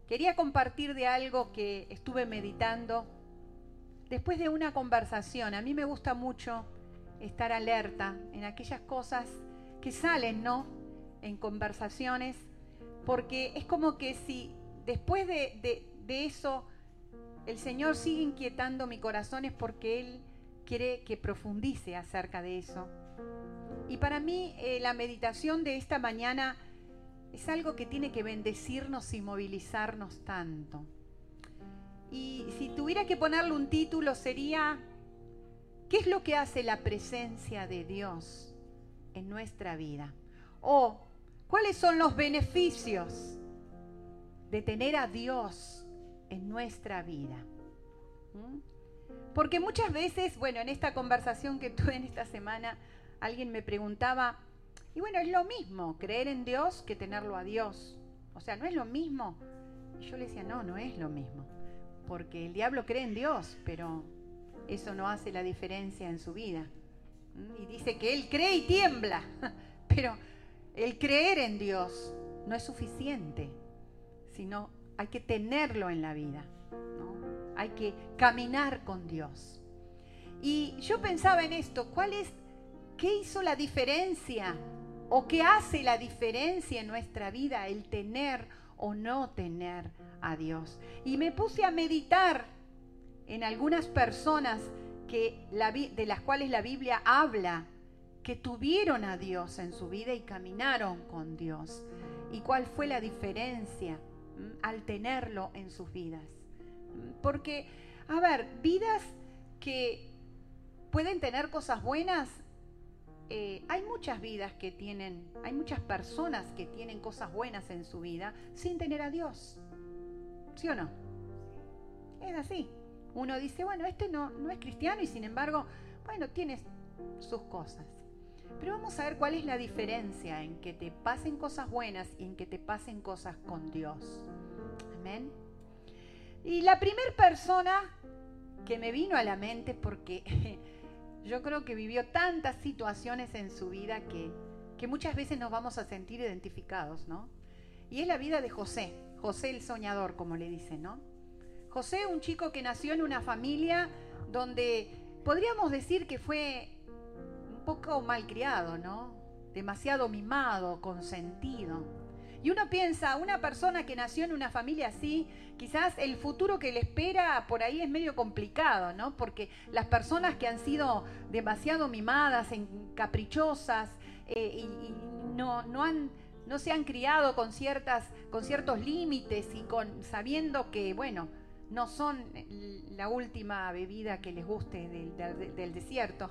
quería compartir de algo que estuve meditando después de una conversación. A mí me gusta mucho estar alerta en aquellas cosas que salen, ¿no?, en conversaciones, porque es como que si después de eso el Señor sigue inquietando mi corazón, es porque Él quiere que profundice acerca de eso. Y para mí la meditación de esta mañana es algo que tiene que bendecirnos y movilizarnos tanto. Y si tuviera que ponerle un título sería: ¿qué es lo que hace la presencia de Dios en nuestra vida? O ¿cuáles son los beneficios de tener a Dios en nuestra vida? Porque muchas veces, bueno, en esta conversación que tuve en esta semana, alguien me preguntaba, y bueno, es lo mismo creer en Dios que tenerlo a Dios. O sea, ¿no es lo mismo? Y yo le decía, no, no es lo mismo. Porque el diablo cree en Dios, pero eso no hace la diferencia en su vida. Y dice que él cree y tiembla, pero el creer en Dios no es suficiente, sino hay que tenerlo en la vida, ¿no? Hay que caminar con Dios. Y yo pensaba en esto, ¿qué hizo la diferencia? ¿O qué hace la diferencia en nuestra vida el tener o no tener a Dios? Y me puse a meditar en algunas personas de las cuales la Biblia habla, que tuvieron a Dios en su vida y caminaron con Dios. ¿Y cuál fue la diferencia al tenerlo en sus vidas? Porque, a ver, vidas que pueden tener cosas buenas, hay muchas vidas que tienen, hay muchas personas que tienen cosas buenas en su vida sin tener a Dios. ¿Sí o no? Es así. Uno dice, bueno, este no es cristiano y sin embargo, bueno, tiene sus cosas. Pero vamos a ver cuál es la diferencia en que te pasen cosas buenas y en que te pasen cosas con Dios. Amén. Y la primera persona que me vino a la mente, porque yo creo que vivió tantas situaciones en su vida que muchas veces nos vamos a sentir identificados, ¿no? Y es la vida de José el soñador, como le dicen, ¿no? José, un chico que nació en una familia donde podríamos decir que fue un poco malcriado, ¿no? Demasiado mimado, consentido. Y uno piensa, una persona que nació en una familia así, quizás el futuro que le espera por ahí es medio complicado, ¿no? Porque las personas que han sido demasiado mimadas, caprichosas, y no se han criado con ciertos límites y sabiendo que, bueno, no son la última bebida que les guste del desierto.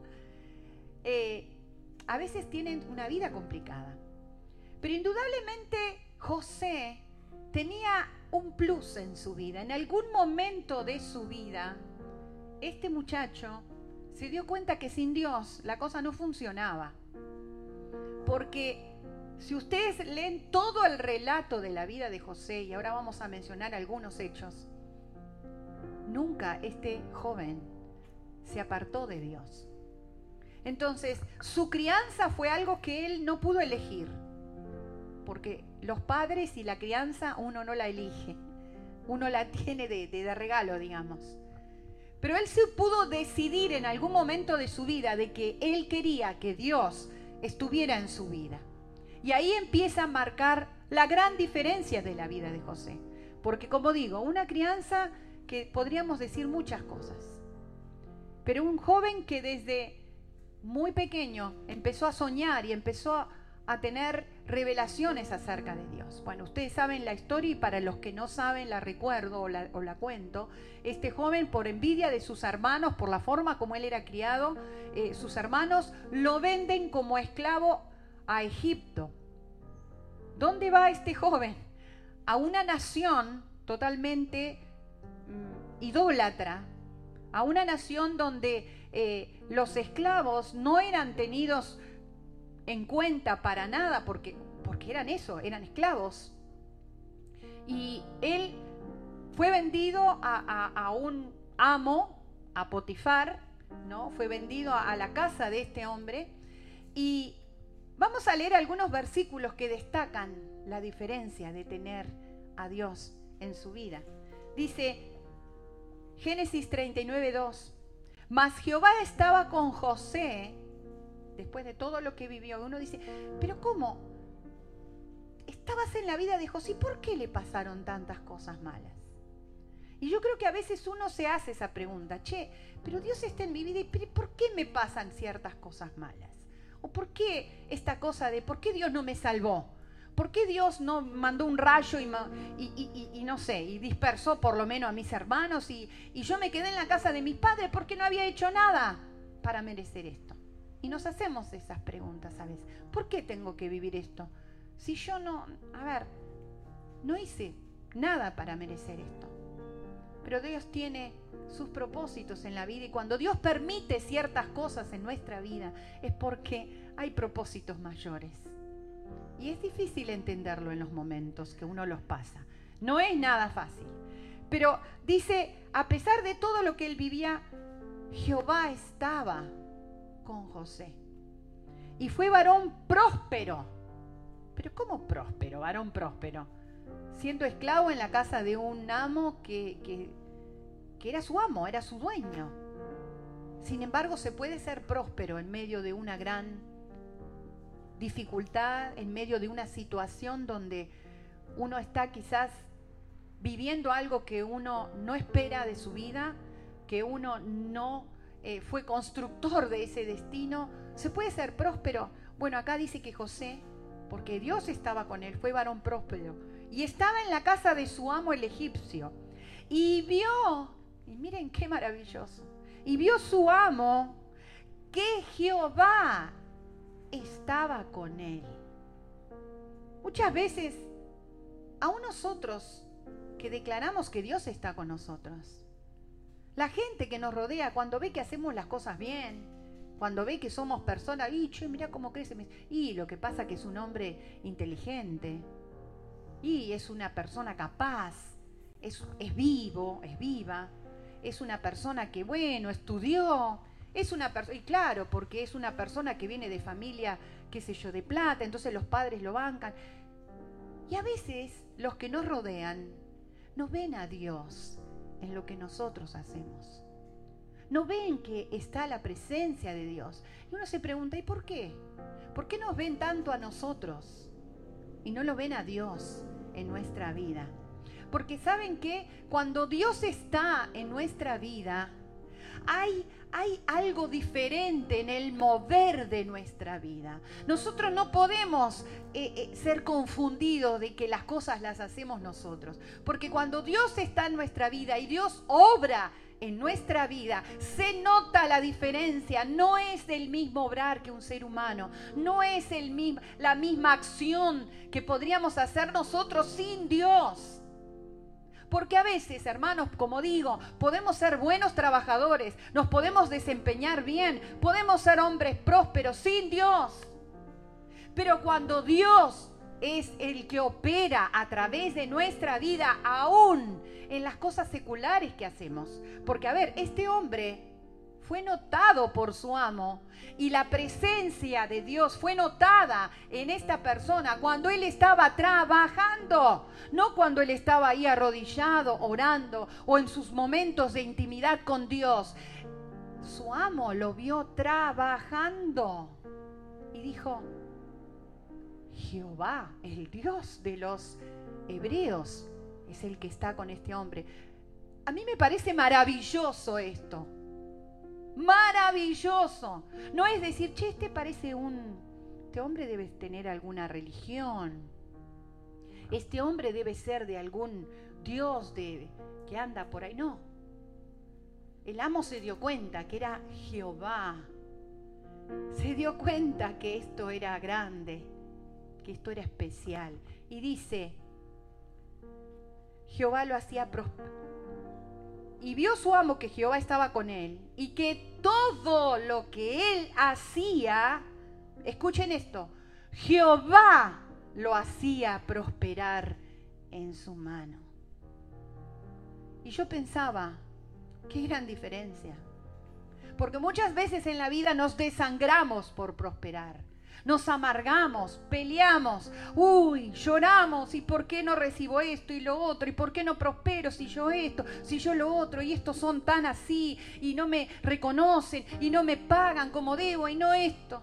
A veces tienen una vida complicada. Pero indudablemente José tenía un plus en su vida. En algún momento de su vida, este muchacho se dio cuenta que sin Dios la cosa no funcionaba. Porque si ustedes leen todo el relato de la vida de José, y ahora vamos a mencionar algunos hechos, nunca este joven se apartó de Dios. Entonces, su crianza fue algo que él no pudo elegir. Porque los padres y la crianza uno no la elige, uno la tiene de regalo, digamos. Pero él se pudo decidir en algún momento de su vida de que él quería que Dios estuviera en su vida. Y ahí empieza a marcar la gran diferencia de la vida de José. Porque, como digo, una crianza que podríamos decir muchas cosas. Pero un joven que desde muy pequeño empezó a soñar y empezó a tener revelaciones acerca de Dios. Bueno, ustedes saben la historia y para los que no saben la recuerdo o la cuento. Este joven, por envidia de sus hermanos, por la forma como él era criado, sus hermanos lo venden como esclavo a Egipto. ¿Dónde va este joven? A una nación totalmente idólatra, a una nación donde los esclavos no eran tenidos en cuenta para nada, porque eran eso, eran esclavos. Y él fue vendido a un amo, a Potifar, ¿no? Fue vendido a la casa de este hombre. Y vamos a leer algunos versículos que destacan la diferencia de tener a Dios en su vida. Dice Génesis 39:2, mas Jehová estaba con José después de todo lo que vivió. Uno dice, pero ¿cómo? Estabas en la vida de José, ¿por qué le pasaron tantas cosas malas? Y yo creo que a veces uno se hace esa pregunta, pero Dios está en mi vida, ¿y por qué me pasan ciertas cosas malas? ¿O por qué esta cosa de, por qué Dios no me salvó? ¿Por qué Dios no mandó un rayo y no sé, y dispersó por lo menos a mis hermanos y yo me quedé en la casa de mis padres porque no había hecho nada para merecer esto? Y nos hacemos esas preguntas a veces. ¿Por qué tengo que vivir esto? Si yo no hice nada para merecer esto. Pero Dios tiene sus propósitos en la vida, y cuando Dios permite ciertas cosas en nuestra vida es porque hay propósitos mayores. Y es difícil entenderlo en los momentos que uno los pasa. No es nada fácil. Pero dice, a pesar de todo lo que él vivía, Jehová estaba con José. Y fue varón próspero. ¿Pero cómo próspero? Varón próspero. Siendo esclavo en la casa de un amo que era su amo, era su dueño. Sin embargo, se puede ser próspero en medio de una gran dificultad, en medio de una situación donde uno está quizás viviendo algo que uno no espera de su vida, que uno no fue constructor de ese destino. ¿Se puede ser próspero? Bueno, acá dice que José, porque Dios estaba con él, fue varón próspero, y estaba en la casa de su amo el egipcio, y vio, y miren qué maravilloso, y vio su amo que Jehová estaba con él. Muchas veces, aún nosotros que declaramos que Dios está con nosotros, la gente que nos rodea, cuando ve que hacemos las cosas bien, cuando ve que somos personas, mira cómo crece, y lo que pasa que es un hombre inteligente, y es una persona capaz, es vivo, es viva, es una persona que, estudió, es una persona, y claro, porque es una persona que viene de familia, qué sé yo, de plata, entonces los padres lo bancan. Y a veces los que nos rodean no ven a Dios en lo que nosotros hacemos. No ven que está la presencia de Dios. Y uno se pregunta, ¿y por qué? ¿Por qué nos ven tanto a nosotros y no lo ven a Dios en nuestra vida? Porque ¿saben qué? Cuando Dios está en nuestra vida, hay algo diferente en el mover de nuestra vida. Nosotros no podemos ser confundidos de que las cosas las hacemos nosotros. Porque cuando Dios está en nuestra vida y Dios obra en nuestra vida, se nota la diferencia. No es el mismo obrar que un ser humano. No es la misma acción que podríamos hacer nosotros sin Dios. Porque a veces, hermanos, como digo, podemos ser buenos trabajadores, nos podemos desempeñar bien, podemos ser hombres prósperos sin Dios. Pero cuando Dios es el que opera a través de nuestra vida, aún en las cosas seculares que hacemos. Porque, a ver, este hombre fue notado por su amo y la presencia de Dios fue notada en esta persona cuando él estaba trabajando, no cuando él estaba ahí arrodillado, orando o en sus momentos de intimidad con Dios. Su amo lo vio trabajando y dijo, Jehová, el Dios de los hebreos, es el que está con este hombre. A mí me parece maravilloso esto. Maravilloso. No es decir, este hombre debe tener alguna religión. Este hombre debe ser de algún dios que anda por ahí. No. El amo se dio cuenta que era Jehová. Se dio cuenta que esto era grande, que esto era especial. Y dice, Jehová lo hacía prosperar. Y vio su amo que Jehová estaba con él y que todo lo que él hacía, escuchen esto, Jehová lo hacía prosperar en su mano. Y yo pensaba, qué gran diferencia. Porque muchas veces en la vida nos desangramos por prosperar. Nos amargamos, peleamos, lloramos, ¿y por qué no recibo esto y lo otro? ¿Y por qué no prospero si yo esto, si yo lo otro? Y estos son tan así, y no me reconocen, y no me pagan como debo, y no esto.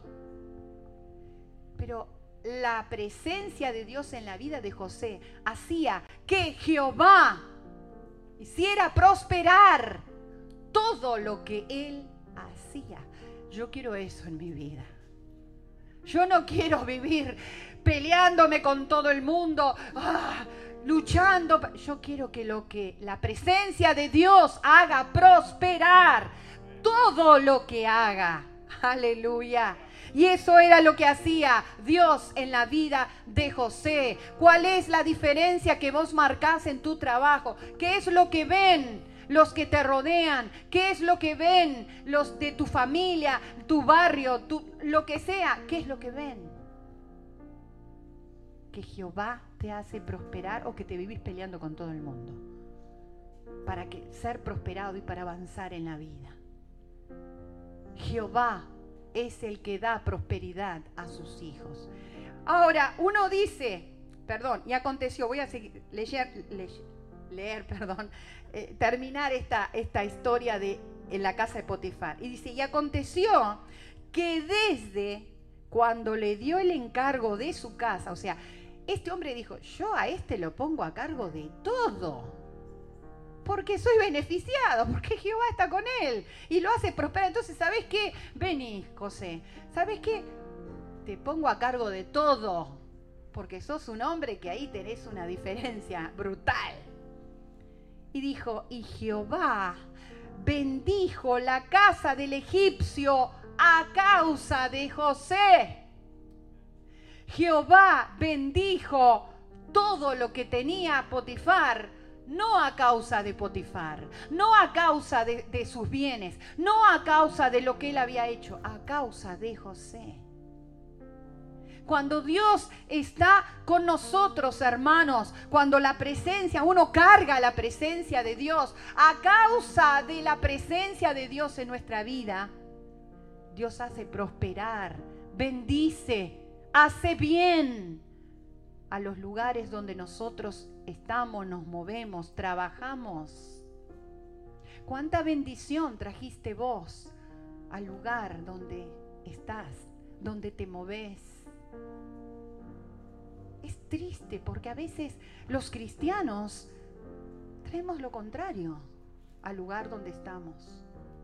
Pero la presencia de Dios en la vida de José hacía que Jehová hiciera prosperar todo lo que él hacía. Yo quiero eso en mi vida. Yo no quiero vivir peleándome con todo el mundo, luchando. Yo quiero que la presencia de Dios haga prosperar todo lo que haga. Aleluya. Y eso era lo que hacía Dios en la vida de José. ¿Cuál es la diferencia que vos marcás en tu trabajo? ¿Qué es lo que ven los que te rodean? ¿Qué es lo que ven los de tu familia, tu barrio, lo que sea? ¿Qué es lo que ven? ¿Que Jehová te hace prosperar o que te vivís peleando con todo el mundo? Para ser prosperado y para avanzar en la vida. Jehová es el que da prosperidad a sus hijos. Ahora, uno dice, y aconteció, voy a seguir, terminar esta historia en la casa de Potifar. Y dice, y aconteció que desde cuando le dio el encargo de su casa, o sea, este hombre dijo, yo a este lo pongo a cargo de todo, porque soy beneficiado, porque Jehová está con él y lo hace prosperar. Entonces, ¿sabes qué? Vení, José, ¿sabes qué? Te pongo a cargo de todo, porque sos un hombre que ahí tenés una diferencia brutal. Y dijo, y Jehová bendijo la casa del egipcio a causa de José. Jehová bendijo todo lo que tenía Potifar, no a causa de Potifar, no a causa de sus bienes, no a causa de lo que él había hecho, a causa de José. Cuando Dios está con nosotros, hermanos, cuando la presencia, uno carga la presencia de Dios, a causa de la presencia de Dios en nuestra vida, Dios hace prosperar, bendice, hace bien a los lugares donde nosotros estamos, nos movemos, trabajamos. ¿Cuánta bendición trajiste vos al lugar donde estás, donde te moves? Es triste porque a veces los cristianos traemos lo contrario al lugar donde estamos.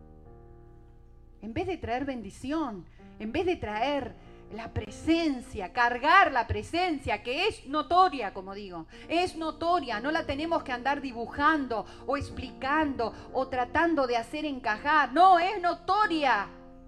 En vez de traer bendición, en vez de traer la presencia, cargar la presencia, que es notoria, como digo, es notoria, no la tenemos que andar dibujando o explicando o tratando de hacer encajar, no, es notoria.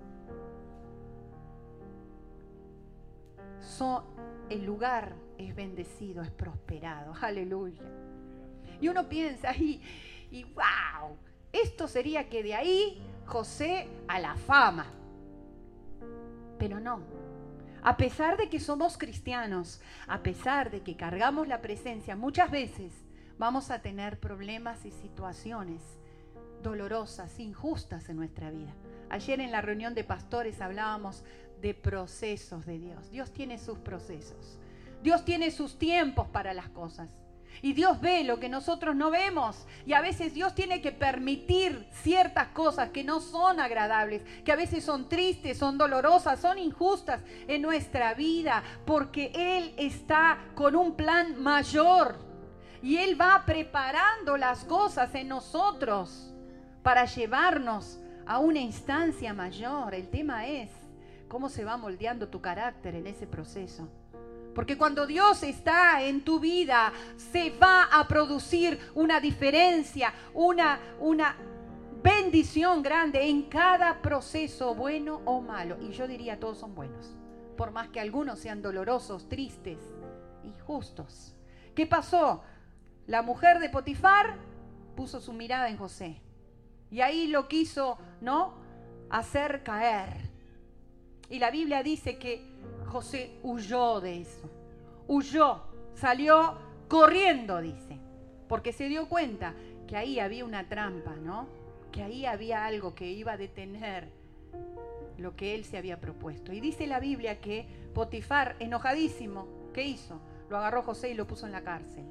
El lugar es bendecido, es prosperado, aleluya. Y uno piensa, y wow, esto sería que de ahí José a la fama. Pero no. A pesar de que somos cristianos, a pesar de que cargamos la presencia, muchas veces vamos a tener problemas y situaciones dolorosas, injustas en nuestra vida. Ayer en la reunión de pastores hablábamos de procesos de Dios. Dios tiene sus procesos. Dios tiene sus tiempos para las cosas. Y Dios ve lo que nosotros no vemos. Y a veces Dios tiene que permitir ciertas cosas que no son agradables, que a veces son tristes, son dolorosas, son injustas en nuestra vida, porque Él está con un plan mayor. Y Él va preparando las cosas en nosotros para llevarnos a una instancia mayor. El tema es cómo se va moldeando tu carácter en ese proceso. Porque cuando Dios está en tu vida, se va a producir una diferencia, una bendición grande en cada proceso, bueno o malo. Y yo diría, todos son buenos, por más que algunos sean dolorosos, tristes, injustos. ¿Qué pasó? La mujer de Potifar puso su mirada en José. Y ahí lo quiso, ¿no?, hacer caer. Y la Biblia dice que José huyó de eso. Huyó, salió corriendo, dice. Porque se dio cuenta que ahí había una trampa, ¿no? Que ahí había algo que iba a detener lo que él se había propuesto. Y dice la Biblia que Potifar, enojadísimo, ¿qué hizo? Lo agarró José y lo puso en la cárcel.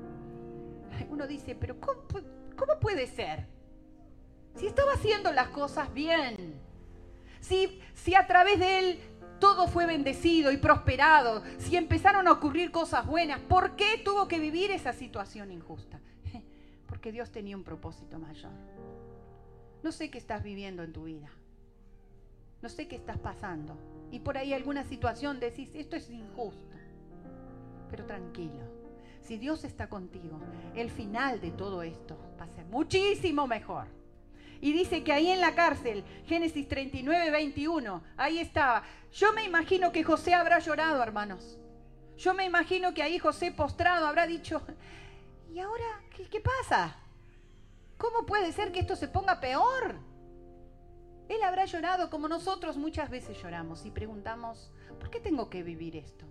Uno dice, pero ¿cómo puede ser? Si estaba haciendo las cosas bien, si a través de él todo fue bendecido y prosperado, si empezaron a ocurrir cosas buenas, ¿por qué tuvo que vivir esa situación injusta? Porque Dios tenía un propósito mayor. No sé qué estás viviendo en tu vida. No sé qué estás pasando. Y por ahí alguna situación decís, esto es injusto. Pero tranquilo. Si Dios está contigo, el final de todo esto va a ser muchísimo mejor. Y dice que ahí en la cárcel, Génesis 39, 21, ahí estaba. Yo me imagino que José habrá llorado, hermanos. Yo me imagino que ahí José postrado habrá dicho, ¿y ahora qué pasa? ¿Cómo puede ser que esto se ponga peor? Él habrá llorado como nosotros muchas veces lloramos y preguntamos, ¿por qué tengo que vivir esto?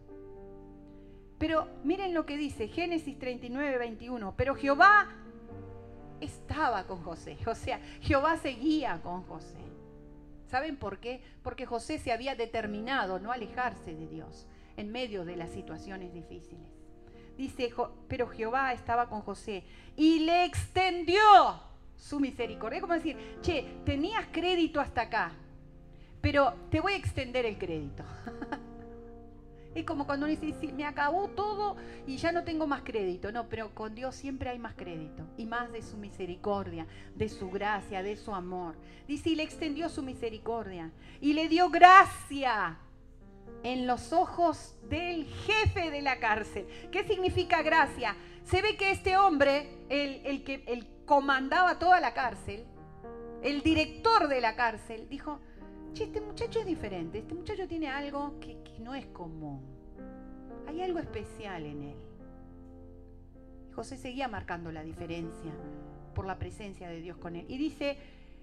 Pero miren lo que dice Génesis 39, 21. Pero Jehová estaba con José. O sea, Jehová seguía con José. ¿Saben por qué? Porque José se había determinado no alejarse de Dios en medio de las situaciones difíciles. Dice, pero Jehová estaba con José y le extendió su misericordia. Es como decir, che, tenías crédito hasta acá, pero te voy a extender el crédito. Es como cuando uno dice, sí, me acabó todo y ya no tengo más crédito. No, pero con Dios siempre hay más crédito. Y más de su misericordia, de su gracia, de su amor. Dice, y le extendió su misericordia. Y le dio gracia en los ojos del jefe de la cárcel. ¿Qué significa gracia? Se ve que este hombre, el que comandaba toda la cárcel, el director de la cárcel, dijo, che, este muchacho es diferente, este muchacho tiene algo que no es común. Hay algo especial en él. Y José seguía marcando la diferencia por la presencia de Dios con él. Y dice,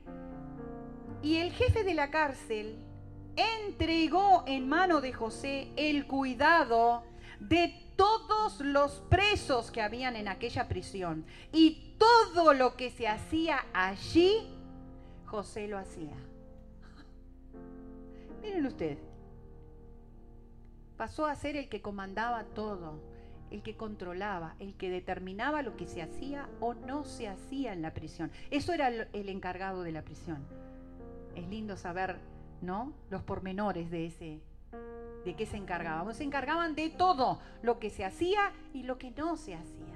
y el jefe de la cárcel entregó en mano de José el cuidado de todos los presos que habían en aquella prisión. Y todo lo que se hacía allí, José lo hacía. Miren ustedes, pasó a ser el que comandaba todo, el que controlaba, el que determinaba lo que se hacía o no se hacía en la prisión. Eso era el encargado de la prisión. Es lindo saber, ¿no?, los pormenores de qué se encargaban. Se encargaban de todo, lo que se hacía y lo que no se hacía.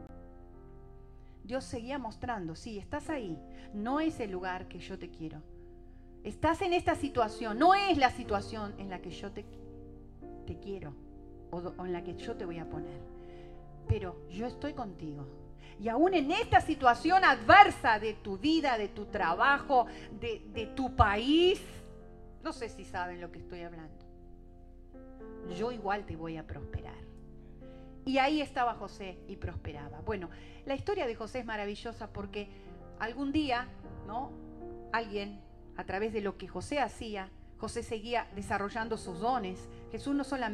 Dios seguía mostrando, sí, estás ahí, no es el lugar que yo te quiero. Estás en esta situación, no es la situación en la que yo te quiero o en la que yo te voy a poner. Pero yo estoy contigo. Y aún en esta situación adversa de tu vida, de tu trabajo, de tu país, no sé si saben lo que estoy hablando. Yo igual te voy a prosperar. Y ahí estaba José y prosperaba. Bueno, la historia de José es maravillosa porque algún día, ¿no?, alguien, a través de lo que José hacía, José seguía desarrollando sus dones. José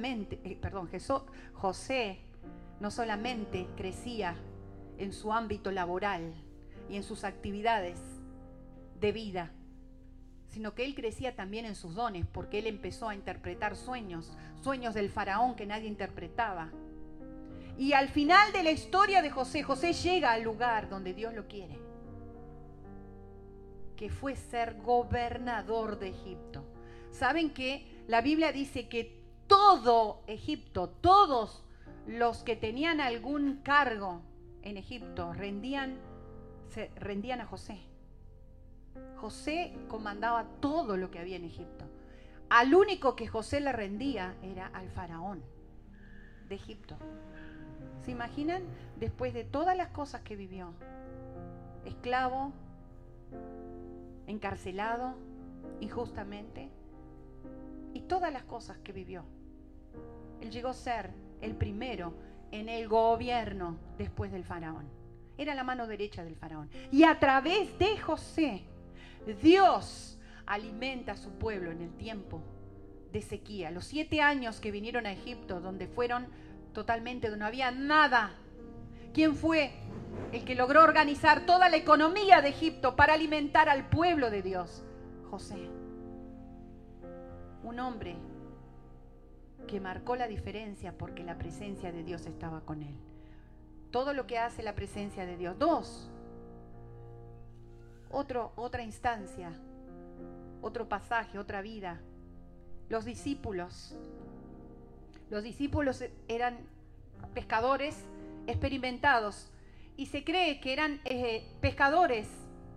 no solamente crecía en su ámbito laboral y en sus actividades de vida, sino que él crecía también en sus dones, porque él empezó a interpretar sueños del faraón que nadie interpretaba. Y al final de la historia de José, José llega al lugar donde Dios lo quiere, que fue ser gobernador de Egipto. ¿Saben qué? La Biblia dice que todo Egipto, todos los que tenían algún cargo en Egipto, se rendían a José. José comandaba todo lo que había en Egipto. Al único que José le rendía era al faraón de Egipto. ¿Se imaginan? Después de todas las cosas que vivió, esclavo, encarcelado injustamente, y todas las cosas que vivió, él llegó a ser el primero en el gobierno después del faraón. Era la mano derecha del faraón. Y a través de José, Dios alimenta a su pueblo en el tiempo de sequía. Los 7 años que vinieron a Egipto, donde fueron totalmente, donde no había nada. ¿Quién fue el que logró organizar toda la economía de Egipto para alimentar al pueblo de Dios? José. un hombre que marcó la diferencia porque la presencia de Dios estaba con él. Todo lo que hace la presencia de Dios. 2, otra instancia, otro pasaje, otra vida. Los discípulos eran pescadores experimentados y se cree que eran pescadores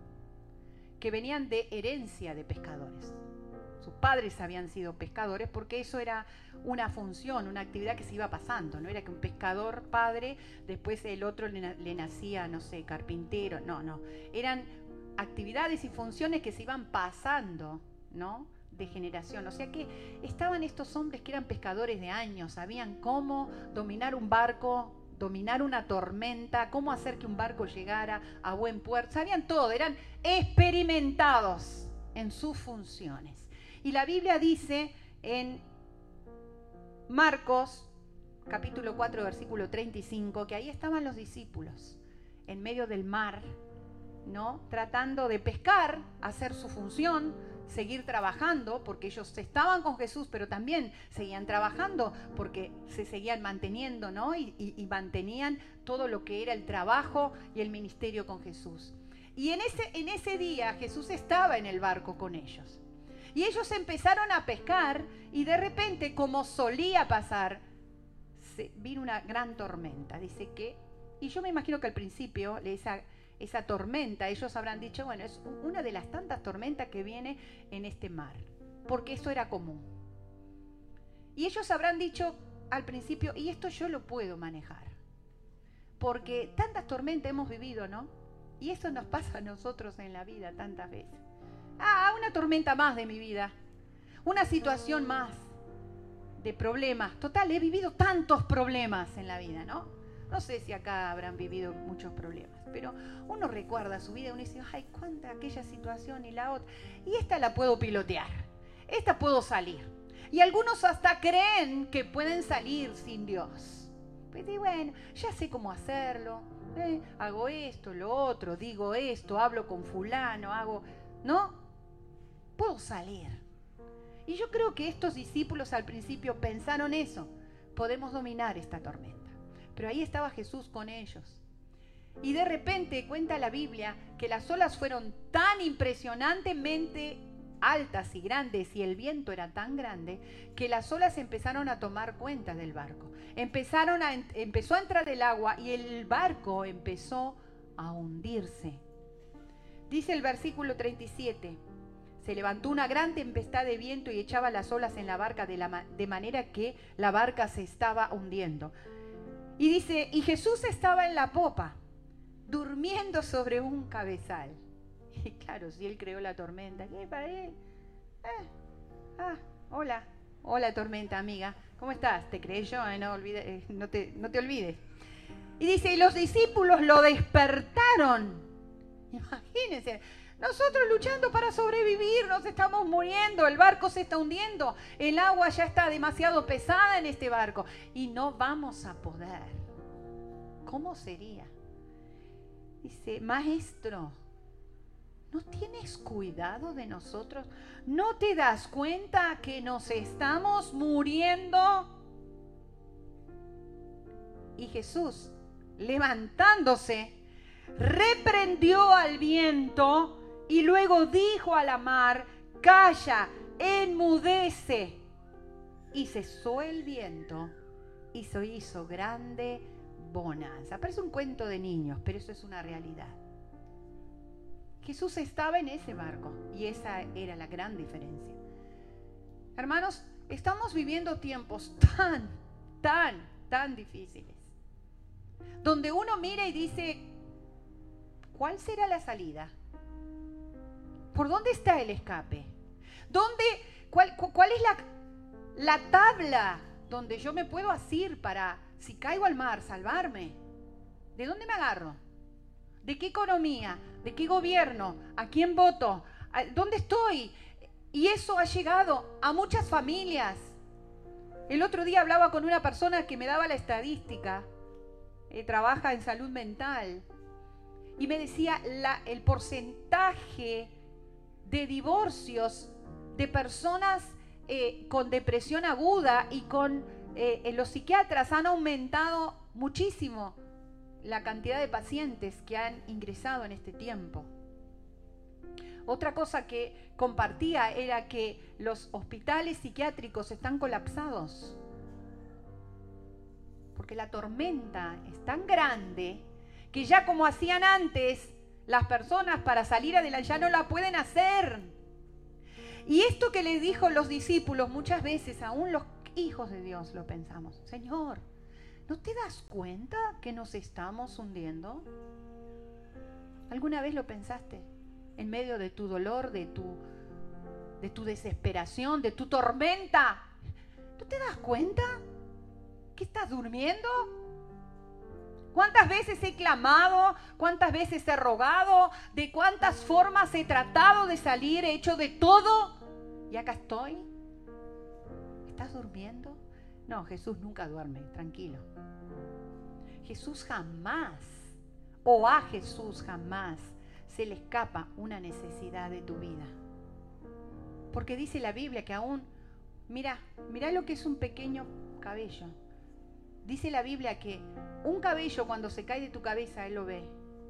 que venían de herencia de pescadores. Sus padres habían sido pescadores porque eso era una función, una actividad que se iba pasando. No era que un pescador padre, después el otro le nacía, no sé, carpintero. No. Eran actividades y funciones que se iban pasando, ¿no? De generación. O sea que estaban estos hombres que eran pescadores de años, sabían cómo dominar un barco, dominar una tormenta, cómo hacer que un barco llegara a buen puerto. Sabían todo, eran experimentados en sus funciones. Y la Biblia dice en Marcos, capítulo 4, versículo 35, que ahí estaban los discípulos, en medio del mar, ¿no? Tratando de pescar, hacer su función, seguir trabajando, porque ellos estaban con Jesús, pero también seguían trabajando, porque se seguían manteniendo, ¿no? Y mantenían todo lo que era el trabajo y el ministerio con Jesús. Y en ese día Jesús estaba en el barco con ellos. Y ellos empezaron a pescar y de repente, como solía pasar, vino una gran tormenta. Dice que, y yo me imagino que al principio esa tormenta, ellos habrán dicho, bueno, es una de las tantas tormentas que viene en este mar, porque eso era común. Y ellos habrán dicho al principio, y esto yo lo puedo manejar, porque tantas tormentas hemos vivido, ¿no? Y eso nos pasa a nosotros en la vida tantas veces. Una tormenta más de mi vida, una situación más de problemas. Total, he vivido tantos problemas en la vida, ¿no? No sé si acá habrán vivido muchos problemas, pero uno recuerda su vida y uno dice, ay, cuánta aquella situación y la otra. Y esta la puedo pilotear, esta puedo salir. Y algunos hasta creen que pueden salir sin Dios. Pues y bueno, ya sé cómo hacerlo, hago esto, lo otro, digo esto, hablo con fulano, ¿no? Puedo salir. Y yo creo que estos discípulos al principio pensaron eso, podemos dominar esta tormenta. Pero ahí estaba Jesús con ellos. Y de repente cuenta la Biblia que las olas fueron tan impresionantemente altas y grandes y el viento era tan grande que las olas empezaron a tomar cuenta del barco. Empezó a entrar el agua y el barco empezó a hundirse. Dice el versículo 37, se levantó una gran tempestad de viento y echaba las olas en la barca de manera que la barca se estaba hundiendo. Y dice, y Jesús estaba en la popa, durmiendo sobre un cabezal. Y claro, si él creó la tormenta. Hola tormenta, amiga. ¿Cómo estás? Te creé yo, no te olvides. Y dice, y los discípulos lo despertaron. Imagínense, nosotros luchando para sobrevivir, nos estamos muriendo, el barco se está hundiendo, el agua ya está demasiado pesada en este barco y no vamos a poder. ¿Cómo sería? Dice, maestro, ¿no tienes cuidado de nosotros? ¿No te das cuenta que nos estamos muriendo? Y Jesús, levantándose, reprendió al viento y luego dijo a la mar, calla, enmudece. Y cesó el viento y se hizo grande bonanza. Parece un cuento de niños, pero eso es una realidad. Jesús estaba en ese barco y esa era la gran diferencia. Hermanos, estamos viviendo tiempos tan difíciles, donde uno mira y dice, ¿cuál será la salida? ¿Por dónde está el escape? ¿Cuál es la tabla donde yo me puedo asir para, si caigo al mar, salvarme? ¿De dónde me agarro? ¿De qué economía? ¿De qué gobierno? ¿A quién voto? ¿Dónde estoy? Y eso ha llegado a muchas familias. El otro día hablaba con una persona que me daba la estadística, trabaja en salud mental, y me decía el porcentaje de divorcios de personas con depresión aguda y con los psiquiatras han aumentado muchísimo la cantidad de pacientes que han ingresado en este tiempo. Otra cosa que compartía era que los hospitales psiquiátricos están colapsados, porque la tormenta es tan grande que ya como hacían antes, las personas para salir adelante ya no la pueden hacer. Y esto que le dijo los discípulos, muchas veces aún los hijos de Dios lo pensamos. Señor, ¿no te das cuenta que nos estamos hundiendo? ¿Alguna vez lo pensaste? En medio de tu dolor, de tu desesperación, de tu tormenta. ¿No te das cuenta que estás durmiendo? ¿Cuántas veces he clamado? ¿Cuántas veces he rogado? ¿De cuántas formas he tratado de salir? He hecho de todo. Y acá estoy. ¿Estás durmiendo? No, Jesús nunca duerme, tranquilo. Jesús jamás, o a Jesús jamás, se le escapa una necesidad de tu vida. Porque dice la Biblia que aún, mira lo que es un pequeño cabello. Dice la Biblia que un cabello cuando se cae de tu cabeza, Él lo ve.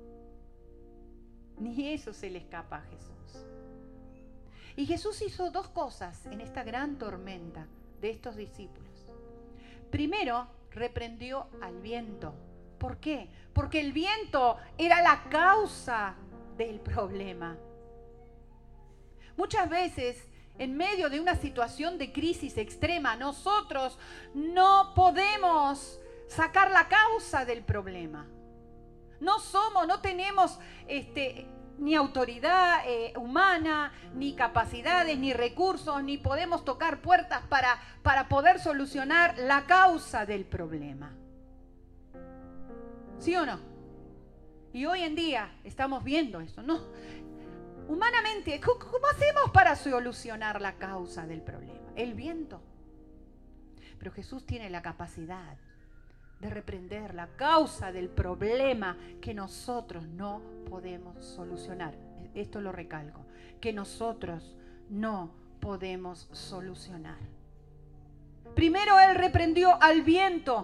Ni eso se le escapa a Jesús. Y Jesús hizo dos cosas en esta gran tormenta de estos discípulos. Primero, reprendió al viento. ¿Por qué? Porque el viento era la causa del problema. Muchas veces, en medio de una situación de crisis extrema, nosotros no podemos sacar la causa del problema. No tenemos ni autoridad humana, ni capacidades, ni recursos, ni podemos tocar puertas para poder solucionar la causa del problema. ¿Sí o no? Y hoy en día estamos viendo eso, ¿no? Humanamente, ¿cómo hacemos para solucionar la causa del problema? El viento. Pero Jesús tiene la capacidad de reprender la causa del problema que nosotros no podemos solucionar. Esto lo recalco, que nosotros no podemos solucionar. Primero Él reprendió al viento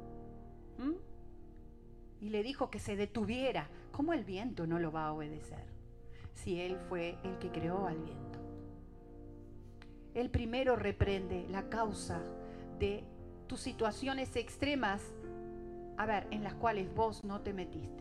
y le dijo que se detuviera. ¿Cómo el viento no lo va a obedecer si Él fue el que creó al viento? Él primero reprende la causa de tus situaciones extremas, en las cuales vos no te metiste.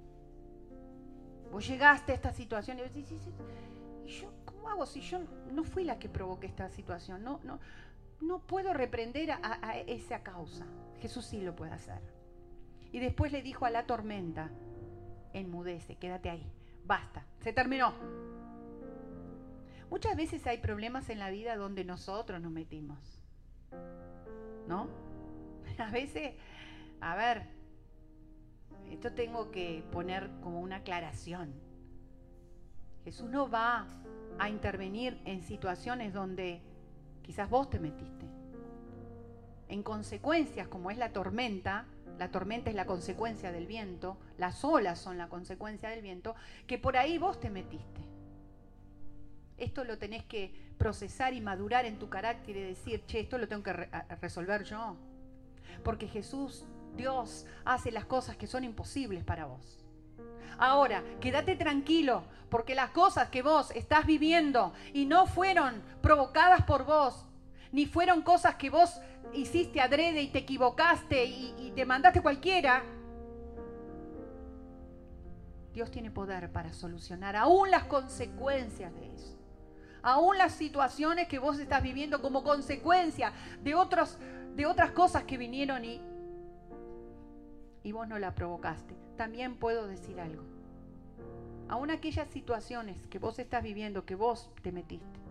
Vos llegaste a esta situación y decís, ¿y yo cómo hago si yo no fui la que provoqué esta situación? No puedo reprender a esa causa. Jesús sí lo puede hacer. Y después le dijo a la tormenta, enmudece, quédate ahí, basta, se terminó. Muchas veces hay problemas en la vida donde nosotros nos metimos, ¿no? A veces, esto tengo que poner como una aclaración. Jesús no va a intervenir en situaciones donde quizás vos te metiste. En consecuencias como es la tormenta es la consecuencia del viento, las olas son la consecuencia del viento, que por ahí vos te metiste. Esto lo tenés que procesar y madurar en tu carácter y decir, esto lo tengo que resolver yo. Porque Jesús, Dios, hace las cosas que son imposibles para vos. Ahora, quédate tranquilo, porque las cosas que vos estás viviendo y no fueron provocadas por vos, ni fueron cosas que vos hiciste adrede y te equivocaste y te mandaste cualquiera. Dios tiene poder para solucionar aún las consecuencias de eso. Aún las situaciones que vos estás viviendo como consecuencia de otras cosas que vinieron y vos no la provocaste. También puedo decir algo. Aún aquellas situaciones que vos estás viviendo, que vos te metiste.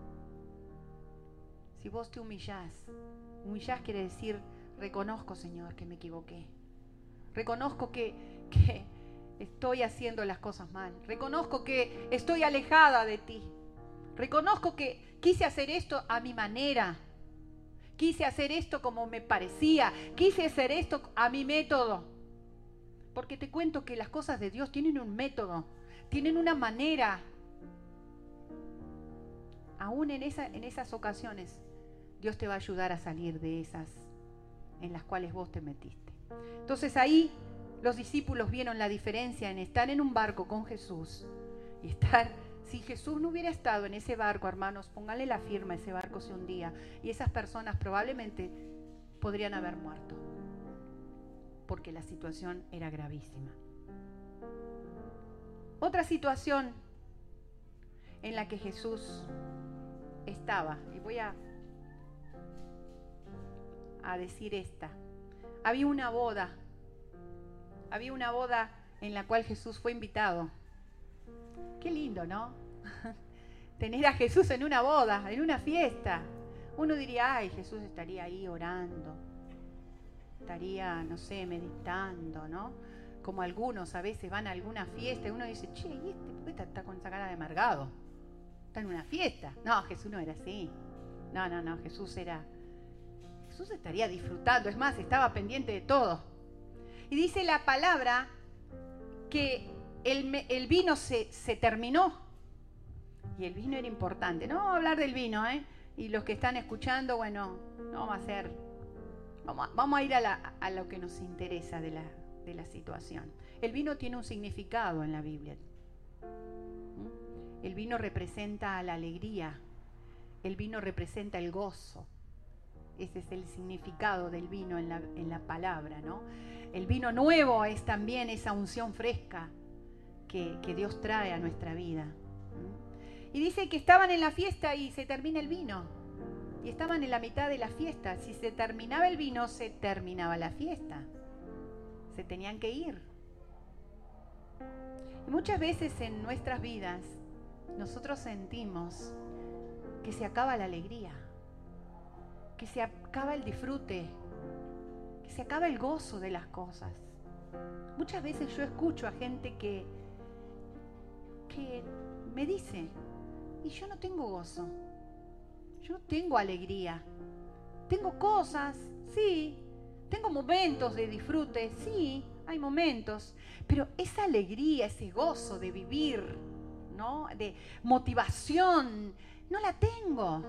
Si vos te humillás quiere decir, reconozco, Señor, que me equivoqué. Reconozco que estoy haciendo las cosas mal. Reconozco que estoy alejada de ti. Reconozco que quise hacer esto a mi manera. Quise hacer esto como me parecía. Quise hacer esto a mi método. Porque te cuento que las cosas de Dios tienen un método. Tienen una manera. Aún en esas ocasiones Dios te va a ayudar a salir de esas en las cuales vos te metiste. Entonces ahí los discípulos vieron la diferencia en estar en un barco con Jesús y estar... Si Jesús no hubiera estado en ese barco, hermanos, pónganle la firma, ese barco se hundía y esas personas probablemente podrían haber muerto, porque la situación era gravísima. Otra situación en la que Jesús estaba, y voy a decir esta. Había una boda en la cual Jesús fue invitado. Qué lindo, ¿no? Tener a Jesús en una boda, en una fiesta. Uno diría, ay, Jesús estaría ahí orando, estaría, no sé, meditando, ¿no? Como algunos a veces van a alguna fiesta y uno dice, che, ¿y este por qué está con esa cara de amargado? Está en una fiesta. No, Jesús no era así. No, Jesús estaría disfrutando, es más, estaba pendiente de todo. Y dice la palabra que el vino se terminó. Y el vino era importante. No vamos a hablar del vino, ¿eh? Y los que están escuchando, bueno, no vamos a hacer... Vamos a ir a lo que nos interesa de la situación. El vino tiene un significado en la Biblia. El vino representa la alegría. El vino representa el gozo. Ese es el significado del vino en la palabra, ¿no? El vino nuevo es también esa unción fresca que Dios trae a nuestra vida. Y dice que estaban en la fiesta y se termina el vino. Y estaban en la mitad de la fiesta. Si se terminaba el vino, se terminaba la fiesta. Se tenían que ir. Y muchas veces en nuestras vidas nosotros sentimos que se acaba la alegría, que se acaba el disfrute, que se acaba el gozo de las cosas. Muchas veces yo escucho a gente que me dice, y yo no tengo gozo, yo no tengo alegría, tengo cosas, sí, tengo momentos de disfrute, sí, hay momentos, pero esa alegría, ese gozo de vivir, ¿no? De motivación, no la tengo.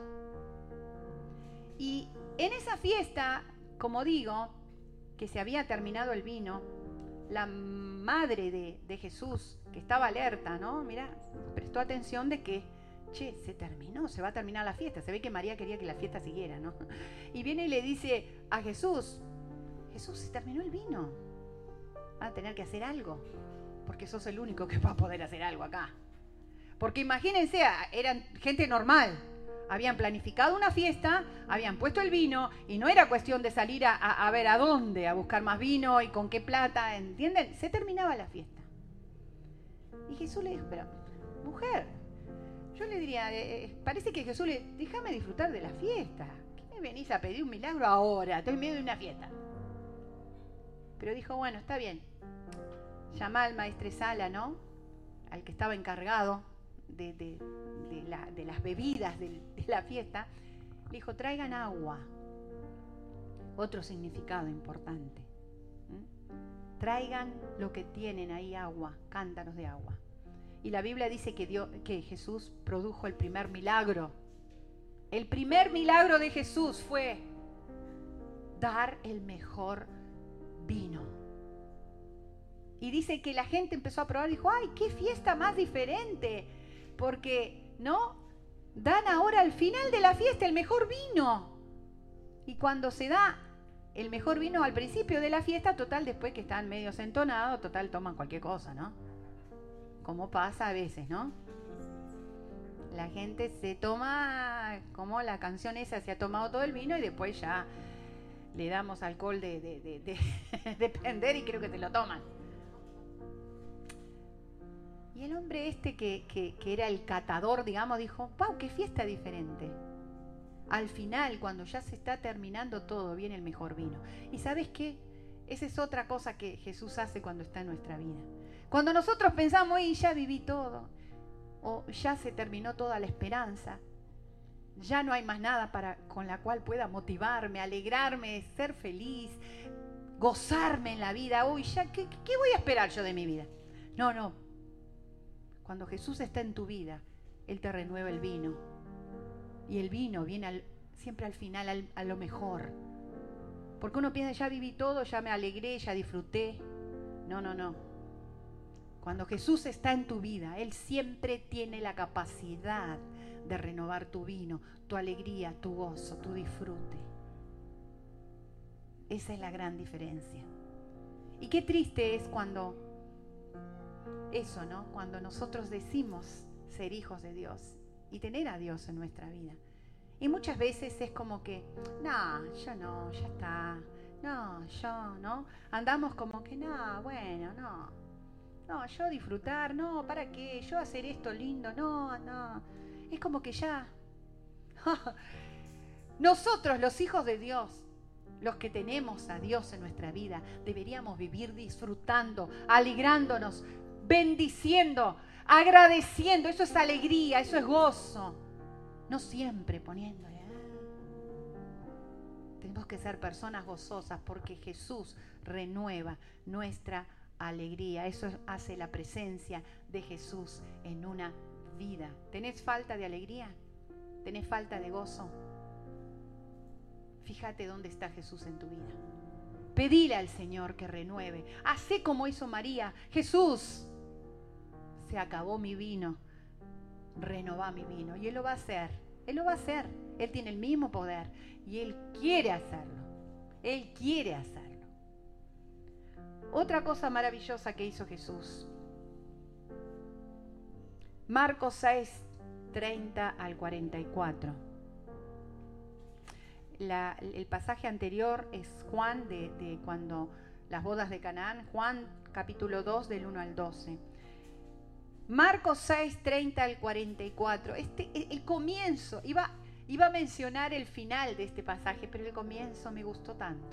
Y en esa fiesta, como digo, que se había terminado el vino, la madre de Jesús, que estaba alerta, ¿no? Mira, prestó atención de que, che, se terminó, se va a terminar la fiesta. Se ve que María quería que la fiesta siguiera, ¿no? Y viene y le dice a Jesús, Jesús, se terminó el vino. Van a tener que hacer algo, porque sos el único que va a poder hacer algo acá. Porque imagínense, eran gente normal. Habían planificado una fiesta, habían puesto el vino y no era cuestión de salir a ver a dónde, a buscar más vino y con qué plata, ¿entienden? Se terminaba la fiesta. Y Jesús le dijo, pero mujer, yo le diría, parece que Jesús le, déjame disfrutar de la fiesta. ¿Qué me venís a pedir un milagro ahora? Estoy en medio de una fiesta. Pero dijo, bueno, está bien. Llama al maestresala, ¿no? Al que estaba encargado de las bebidas de la fiesta, le dijo, traigan agua. Otro significado importante. Traigan lo que tienen ahí, agua, cántaros de agua. Y la Biblia dice que Jesús produjo el primer milagro. El primer milagro de Jesús fue dar el mejor vino. Y dice que la gente empezó a probar y dijo, ¡ay, qué fiesta más diferente! Porque, ¿no? Dan ahora al final de la fiesta el mejor vino. Y cuando se da el mejor vino al principio de la fiesta, total, después que están medio entonados, total, toman cualquier cosa, ¿no? Como pasa a veces, ¿no? La gente se toma, como la canción esa, se ha tomado todo el vino y después ya le damos alcohol de prender y creo que se lo toman. Y el hombre este que era el catador, digamos, dijo, ¡wow, qué fiesta diferente! Al final, cuando ya se está terminando todo, viene el mejor vino. ¿Y sabes qué? Esa es otra cosa que Jesús hace cuando está en nuestra vida. Cuando nosotros pensamos, y ya viví todo, o ya se terminó toda la esperanza, ya no hay más nada con la cual pueda motivarme, alegrarme, ser feliz, gozarme en la vida. Uy, ya, ¿qué voy a esperar yo de mi vida? No. Cuando Jesús está en tu vida, Él te renueva el vino. Y el vino viene siempre al final, a lo mejor. Porque uno piensa, ya viví todo, ya me alegré, ya disfruté. No, no, no. Cuando Jesús está en tu vida, Él siempre tiene la capacidad de renovar tu vino, tu alegría, tu gozo, tu disfrute. Esa es la gran diferencia. Y qué triste es cuando eso, ¿no? Cuando nosotros decimos ser hijos de Dios y tener a Dios en nuestra vida. Y muchas veces es como que, no, yo no, ya está. No, yo, ¿no? Andamos como que, no, bueno, no. No, yo disfrutar, no, ¿para qué? Yo hacer esto lindo, no, no. Es como que ya. Nosotros, los hijos de Dios, los que tenemos a Dios en nuestra vida, deberíamos vivir disfrutando, alegrándonos, bendiciendo, agradeciendo. Eso es alegría, eso es gozo. No siempre poniéndole. Tenemos que ser personas gozosas porque Jesús renueva nuestra alegría. Eso hace la presencia de Jesús en una vida. ¿Tenés falta de alegría? ¿Tenés falta de gozo? Fíjate dónde está Jesús en tu vida. Pedile al Señor que renueve. Hacé como hizo María. Jesús, se acabó mi vino. Renová mi vino. Y Él lo va a hacer. Él lo va a hacer. Él tiene el mismo poder. Y Él quiere hacerlo. Él quiere hacerlo. Otra cosa maravillosa que hizo Jesús. Marcos 6, 30 al 44. El pasaje anterior es Juan de cuando las bodas de Canaán. Juan capítulo 2 del 1 al 12. Marcos 6, 30 al 44. El comienzo, iba a mencionar el final de este pasaje, pero el comienzo me gustó tanto.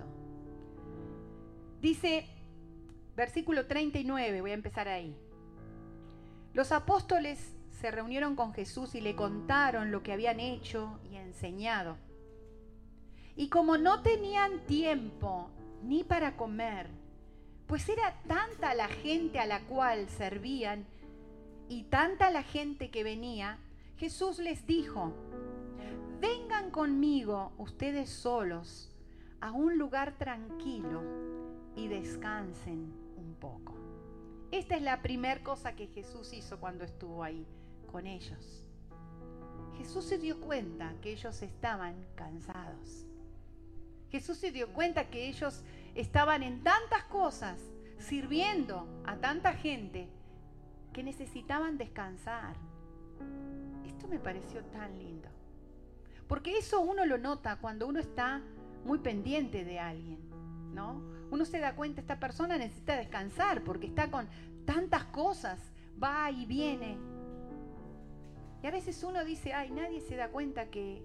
Dice, versículo 39, voy a empezar ahí. Los apóstoles se reunieron con Jesús y le contaron lo que habían hecho y enseñado. Y como no tenían tiempo ni para comer, pues era tanta la gente a la cual servían y tanta la gente que venía, Jesús les dijo, vengan conmigo ustedes solos a un lugar tranquilo y descansen un poco. Esta es la primera cosa que Jesús hizo cuando estuvo ahí con ellos. Jesús se dio cuenta que ellos estaban cansados. Jesús se dio cuenta que ellos estaban en tantas cosas, sirviendo a tanta gente, que necesitaban descansar. Esto me pareció tan lindo. Porque eso uno lo nota cuando uno está muy pendiente de alguien, ¿no? Uno se da cuenta, esta persona necesita descansar porque está con tantas cosas, va y viene. Y a veces uno dice, ay, nadie se da cuenta que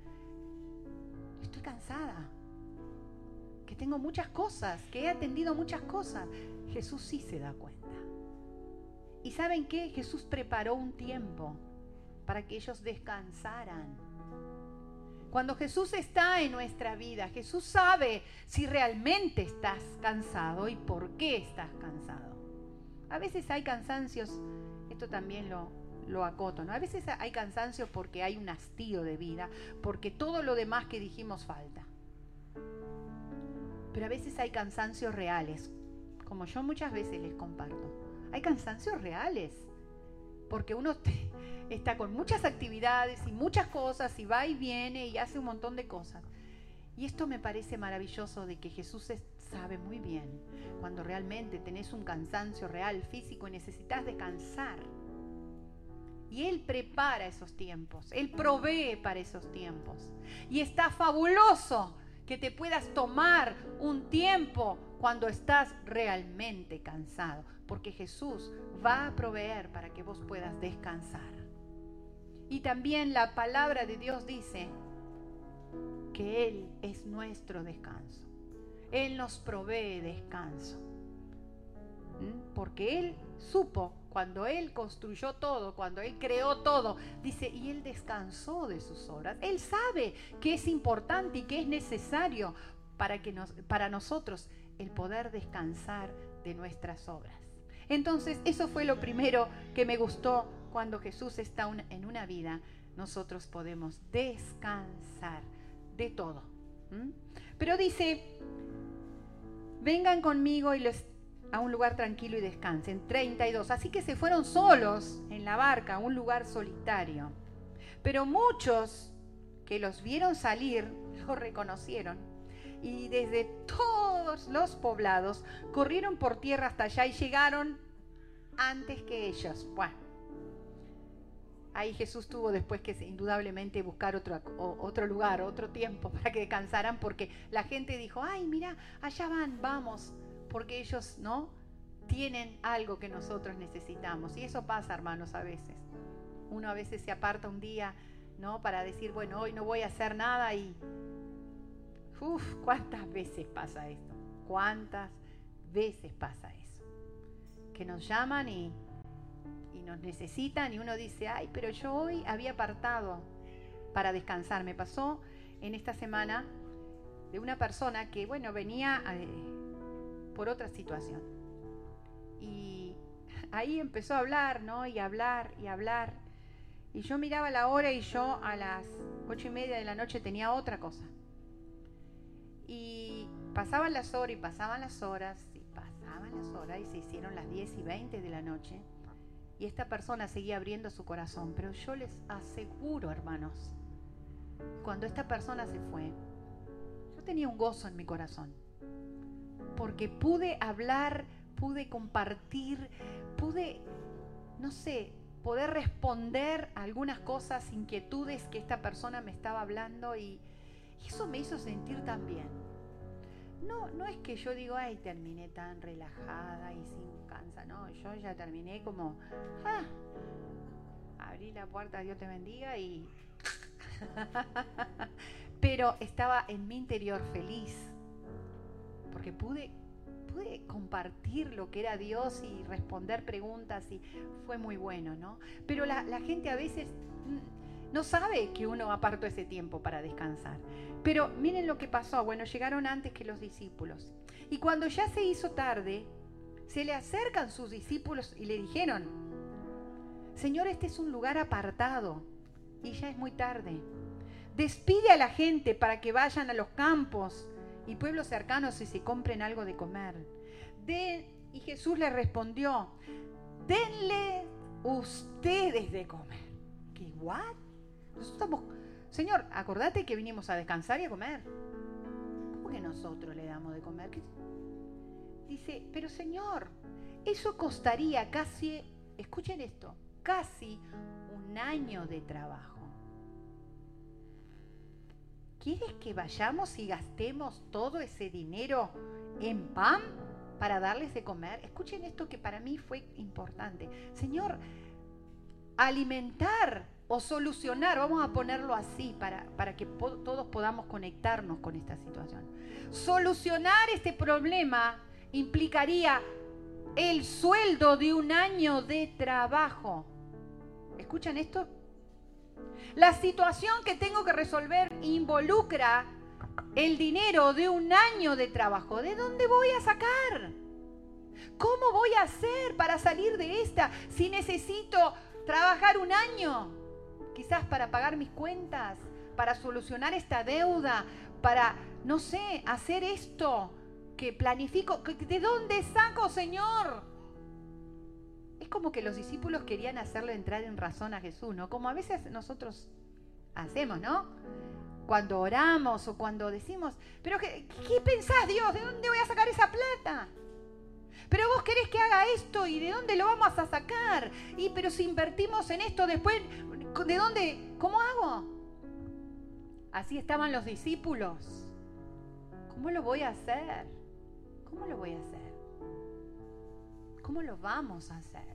estoy cansada, que tengo muchas cosas, que he atendido muchas cosas. Jesús sí se da cuenta. ¿Y saben qué? Jesús preparó un tiempo para que ellos descansaran. Cuando Jesús está en nuestra vida, Jesús sabe si realmente estás cansado y por qué estás cansado. A veces hay cansancios, esto también lo acoto, ¿no? A veces hay cansancios porque hay un hastío de vida, porque todo lo demás que dijimos falta. Pero a veces hay cansancios reales, como yo muchas veces les comparto. Hay cansancios reales, porque uno está con muchas actividades y muchas cosas y va y viene y hace un montón de cosas. Y esto me parece maravilloso de que Jesús sabe muy bien cuando realmente tenés un cansancio real, físico, y necesitas descansar. Y Él prepara esos tiempos, Él provee para esos tiempos. Y está fabuloso que te puedas tomar un tiempo cuando estás realmente cansado, porque Jesús va a proveer para que vos puedas descansar. Y también la palabra de Dios dice que Él es nuestro descanso. Él nos provee descanso. Porque Él supo, cuando Él construyó todo, cuando Él creó todo, dice, y Él descansó de sus obras. Él sabe que es importante y que es necesario para nosotros el poder descansar de nuestras obras. Entonces, eso fue lo primero que me gustó. Cuando Jesús está en una vida, nosotros podemos descansar de todo. Pero dice, vengan conmigo a un lugar tranquilo y descansen. 32. Así que se fueron solos en la barca a un lugar solitario. Pero muchos que los vieron salir, lo reconocieron. Y desde todos los poblados corrieron por tierra hasta allá y llegaron antes que ellos. Bueno, ahí Jesús tuvo después que indudablemente buscar otro lugar, otro tiempo para que descansaran, porque la gente dijo, ay, mira, allá vamos, porque ellos, ¿no?, tienen algo que nosotros necesitamos. Y eso pasa, hermanos, a veces. Uno a veces se aparta un día, ¿no?, para decir, bueno, hoy no voy a hacer nada y... ¿cuántas veces pasa esto? ¿Cuántas veces pasa eso? Que nos llaman y nos necesitan y uno dice, ay, pero yo hoy había apartado para descansar. Me pasó en esta semana de una persona que, bueno, venía por otra situación. Y ahí empezó a hablar, ¿no? Y hablar y hablar. Y yo miraba la hora y yo a las 8:30 de la noche tenía otra cosa. Y pasaban las horas y pasaban las horas y pasaban las horas y se hicieron las 10:20 de la noche. Y esta persona seguía abriendo su corazón. Pero yo les aseguro, hermanos, cuando esta persona se fue, yo tenía un gozo en mi corazón. Porque pude hablar, pude compartir, pude, no sé, poder responder a algunas cosas, inquietudes que esta persona me estaba hablando y eso me hizo sentir tan bien. No es que yo digo, ay, terminé tan relajada y sin cansa. No, yo ya terminé como, abrí la puerta, Dios te bendiga y... Pero estaba en mi interior feliz, porque pude compartir lo que era Dios y responder preguntas y fue muy bueno, ¿no? Pero la gente a veces no sabe que uno apartó ese tiempo para descansar. Pero miren lo que pasó. Bueno, llegaron antes que los discípulos. Y cuando ya se hizo tarde, se le acercan sus discípulos y le dijeron, Señor, este es un lugar apartado y ya es muy tarde. Despide a la gente para que vayan a los campos y pueblos cercanos y se compren algo de comer. Y Jesús les respondió, denle ustedes de comer. ¿Qué? ¿What? Nosotros estamos... Señor, acordate que vinimos a descansar y a comer. ¿Cómo que nosotros le damos de comer? ¿Qué? Dice, pero Señor, eso costaría casi, escuchen esto, casi un año de trabajo. ¿Quieres que vayamos y gastemos todo ese dinero en pan para darles de comer? Escuchen esto que para mí fue importante. Señor, alimentar o solucionar, vamos a ponerlo así para que todos podamos conectarnos con esta situación. Solucionar este problema implicaría el sueldo de un año de trabajo. ¿Escuchan esto? La situación que tengo que resolver involucra el dinero de un año de trabajo. ¿De dónde voy a sacar? ¿Cómo voy a hacer para salir de esta si necesito trabajar un año? Quizás para pagar mis cuentas, para solucionar esta deuda, para, no sé, hacer esto que planifico. ¿De dónde saco, Señor? Es como que los discípulos querían hacerle entrar en razón a Jesús, ¿no? Como a veces nosotros hacemos, ¿no? Cuando oramos o cuando decimos, pero ¿qué pensás, Dios? ¿De dónde voy a sacar esa plata? Pero vos querés que haga esto y ¿de dónde lo vamos a sacar? Y pero si invertimos en esto después, ¿de dónde? ¿Cómo hago? Así estaban los discípulos. ¿Cómo lo voy a hacer? ¿Cómo lo voy a hacer? ¿Cómo lo vamos a hacer?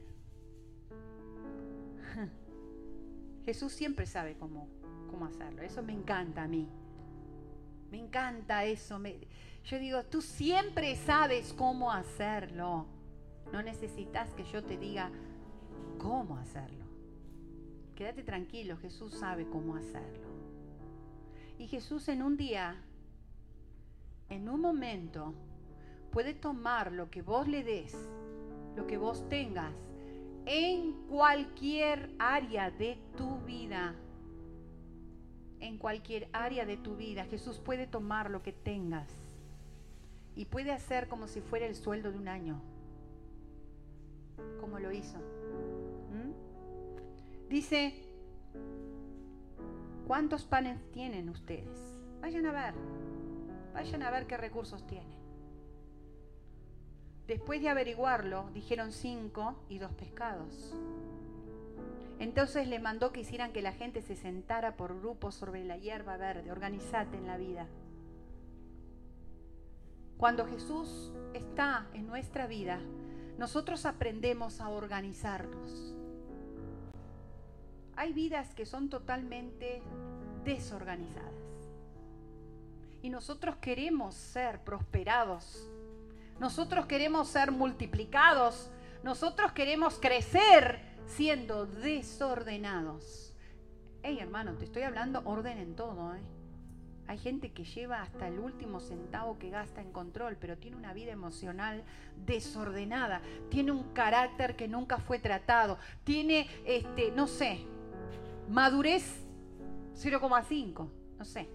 Jesús siempre sabe cómo hacerlo. Eso me encanta a mí. Me encanta eso. Yo digo, tú siempre sabes cómo hacerlo. No necesitas que yo te diga cómo hacerlo. Quédate tranquilo, Jesús sabe cómo hacerlo. Y Jesús en un día, en un momento, puede tomar lo que vos le des, lo que vos tengas, en cualquier área de tu vida, en cualquier área de tu vida. Jesús puede tomar lo que tengas y puede hacer como si fuera el sueldo de un año, como lo hizo. Dice, ¿cuántos panes tienen ustedes? Vayan a ver qué recursos tienen. Después de averiguarlo, dijeron 5 y 2 pescados. Entonces le mandó que hicieran que la gente se sentara por grupos sobre la hierba verde. Organizate en la vida. Cuando Jesús está en nuestra vida, nosotros aprendemos a organizarnos. Hay vidas que son totalmente desorganizadas. Y nosotros queremos ser prosperados. Nosotros queremos ser multiplicados. Nosotros queremos crecer siendo desordenados. Hey, hermano, te estoy hablando orden en todo, ¿eh? Hay gente que lleva hasta el último centavo que gasta en control, pero tiene una vida emocional desordenada. Tiene un carácter que nunca fue tratado. Tiene, no sé, madurez 0,5, no sé.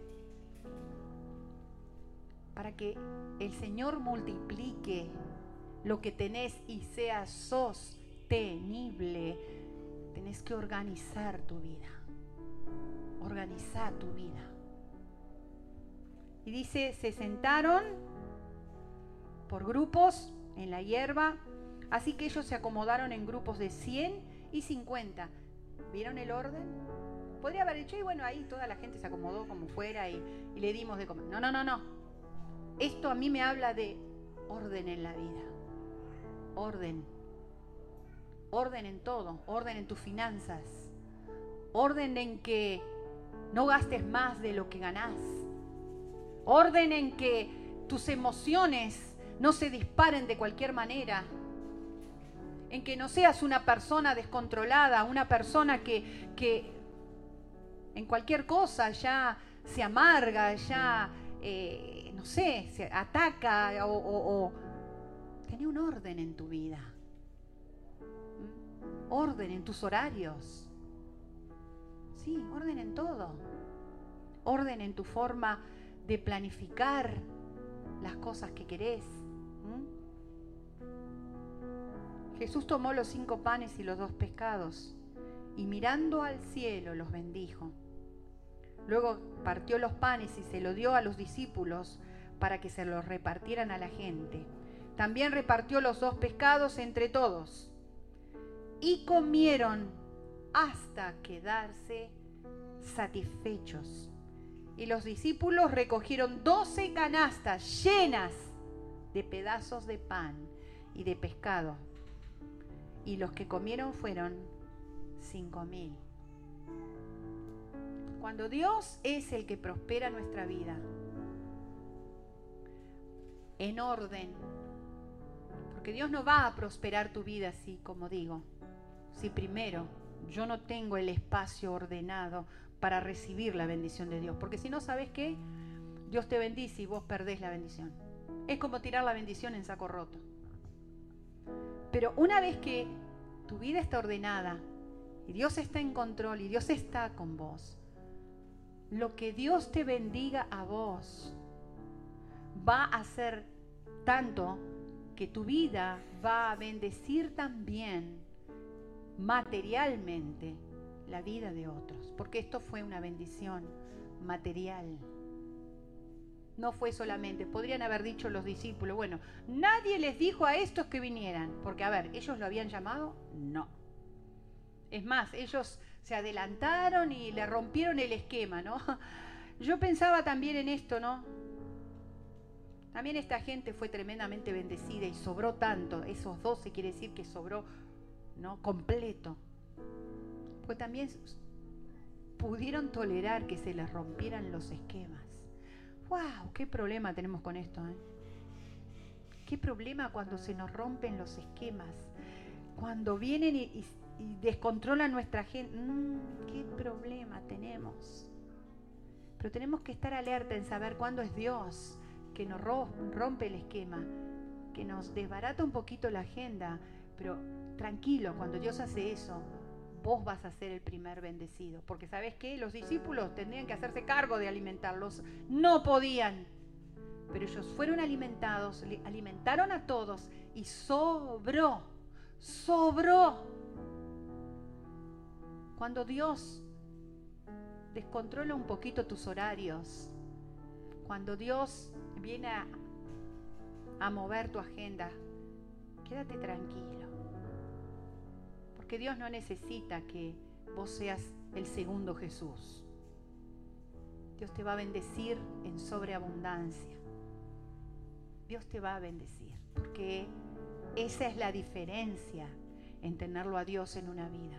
Para que el Señor multiplique lo que tenés y sea sostenible, tenés que organizar tu vida. Organizar tu vida. Y dice, se sentaron por grupos en la hierba, así que ellos se acomodaron en grupos de 100 y 50. ¿Vieron el orden? Podría haber dicho, y bueno, ahí toda la gente se acomodó como fuera y le dimos de comer. No. Esto a mí me habla de orden en la vida. Orden. Orden en todo. Orden en tus finanzas. Orden en que no gastes más de lo que ganás. Orden en que tus emociones no se disparen de cualquier manera. En que no seas una persona descontrolada, una persona que en cualquier cosa ya se amarga, ya... no sé, se ataca o tené un orden en tu vida. Orden en tus horarios. Sí, orden en todo. Orden en tu forma de planificar las cosas que querés. Jesús tomó los 5 panes y los 2 pescados y mirando al cielo los bendijo. Luego partió los panes y se lo dio a los discípulos para que se los repartieran a la gente. También repartió los 2 pescados entre todos. Y comieron hasta quedarse satisfechos. Y los discípulos recogieron 12 canastas llenas de pedazos de pan y de pescado. Y los que comieron fueron 5.000. Cuando Dios es el que prospera nuestra vida, en orden, porque Dios no va a prosperar tu vida así como digo, si primero yo no tengo el espacio ordenado para recibir la bendición de Dios, porque si no, ¿sabes qué? Dios te bendice y vos perdés la bendición. Es como tirar la bendición en saco roto. Pero una vez que tu vida está ordenada y Dios está en control y Dios está con vos, lo que Dios te bendiga a vos va a ser tanto que tu vida va a bendecir también materialmente la vida de otros, porque esto fue una bendición material. No fue solamente, podrían haber dicho los discípulos, bueno, nadie les dijo a estos que vinieran, porque a ver, ¿ellos lo habían llamado? No. Es más, ellos se adelantaron y le rompieron el esquema, ¿no? Yo pensaba también en esto, ¿no? También esta gente fue tremendamente bendecida y sobró tanto. Esos 12 quiere decir que sobró, ¿no? Completo. Pues también pudieron tolerar que se les rompieran los esquemas. ¡Wow! ¡Qué problema tenemos con esto, eh! ¡Qué problema cuando se nos rompen los esquemas! Cuando vienen y descontrolan nuestra gente. ¡Qué problema tenemos! Pero tenemos que estar alerta en saber cuándo es Dios que nos rompe el esquema, que nos desbarata un poquito la agenda. Pero tranquilo, cuando Dios hace eso, vos vas a ser el primer bendecido. Porque ¿sabés qué? Los discípulos tendrían que hacerse cargo de alimentarlos. No podían. Pero ellos fueron alimentados, alimentaron a todos y sobró. Cuando Dios descontrola un poquito tus horarios, cuando Dios viene a mover tu agenda, quédate tranquilo. Porque Dios no necesita que vos seas el segundo Jesús. Dios te va a bendecir en sobreabundancia. Dios te va a bendecir, porque esa es la diferencia en tenerlo a Dios en una vida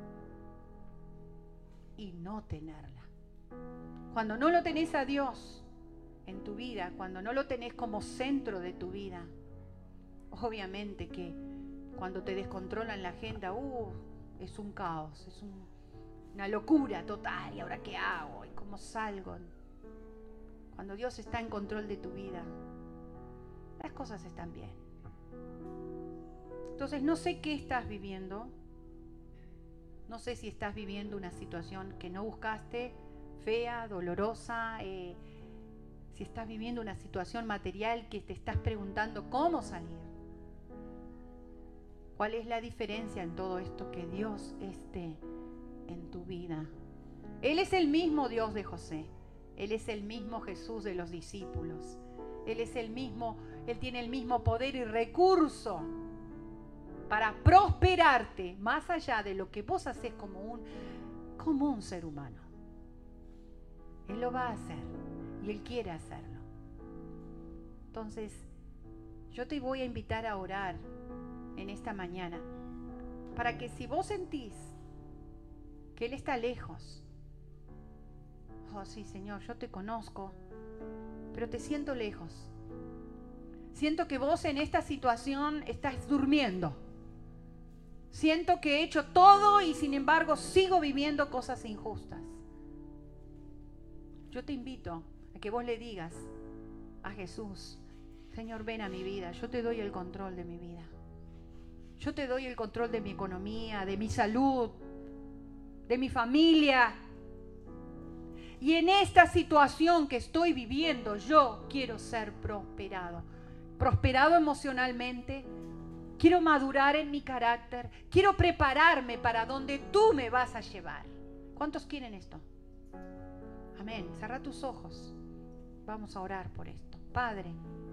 y no tenerla. Cuando no lo tenés a Dios en tu vida, cuando no lo tenés como centro de tu vida, obviamente que cuando te descontrolan la agenda, es un caos, es una locura total. ¿Y ahora qué hago? ¿Y cómo salgo? Cuando Dios está en control de tu vida, las cosas están bien. Entonces no sé qué estás viviendo. No sé si estás viviendo una situación que no buscaste, fea, dolorosa, si estás viviendo una situación material que te estás preguntando cómo salir. ¿Cuál es la diferencia en todo esto? Que Dios esté en tu vida. Él es el mismo Dios de José. Él es el mismo Jesús de los discípulos. Él es el mismo, Él tiene el mismo poder y recurso para prosperarte más allá de lo que vos haces como un ser humano. Él lo va a hacer y Él quiere hacerlo. Entonces, yo te voy a invitar a orar en esta mañana para que si vos sentís que Él está lejos, sí, Señor, yo te conozco, pero te siento lejos. Siento que vos en esta situación estás durmiendo. Siento que he hecho todo y sin embargo sigo viviendo cosas injustas. Yo te invito a que vos le digas a Jesús: Señor, ven a mi vida, yo te doy el control de mi vida. Yo te doy el control de mi economía, de mi salud, de mi familia. Y en esta situación que estoy viviendo, yo quiero ser prosperado. Prosperado emocionalmente. Quiero madurar en mi carácter. Quiero prepararme para donde tú me vas a llevar. ¿Cuántos quieren esto? Amén. Cerra tus ojos. Vamos a orar por esto. Padre,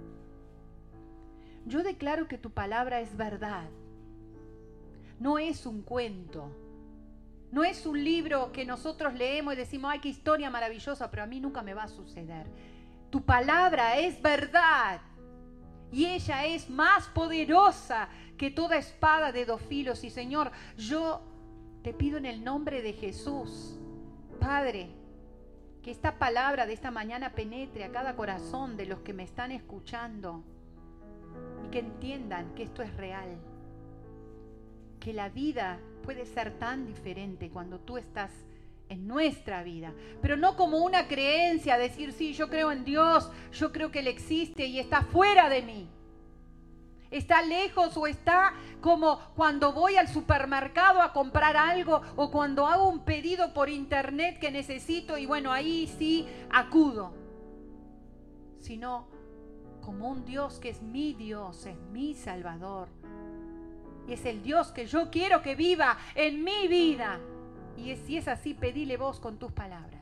yo declaro que tu palabra es verdad. No es un cuento. No es un libro que nosotros leemos y decimos, ay, qué historia maravillosa, pero a mí nunca me va a suceder. Tu palabra es verdad. Y ella es más poderosa que toda espada de dos filos. Y Señor, yo te pido en el nombre de Jesús, Padre, que esta palabra de esta mañana penetre a cada corazón de los que me están escuchando y que entiendan que esto es real. Que la vida puede ser tan diferente cuando tú estás en nuestra vida, pero no como una creencia, decir, sí, yo creo en Dios, yo creo que Él existe y está fuera de mí. Está lejos o está como cuando voy al supermercado a comprar algo o cuando hago un pedido por internet que necesito y bueno, ahí sí acudo. Sino como un Dios que es mi Dios, es mi Salvador. Y es el Dios que yo quiero que viva en mi vida. Y si es así, pedile vos con tus palabras.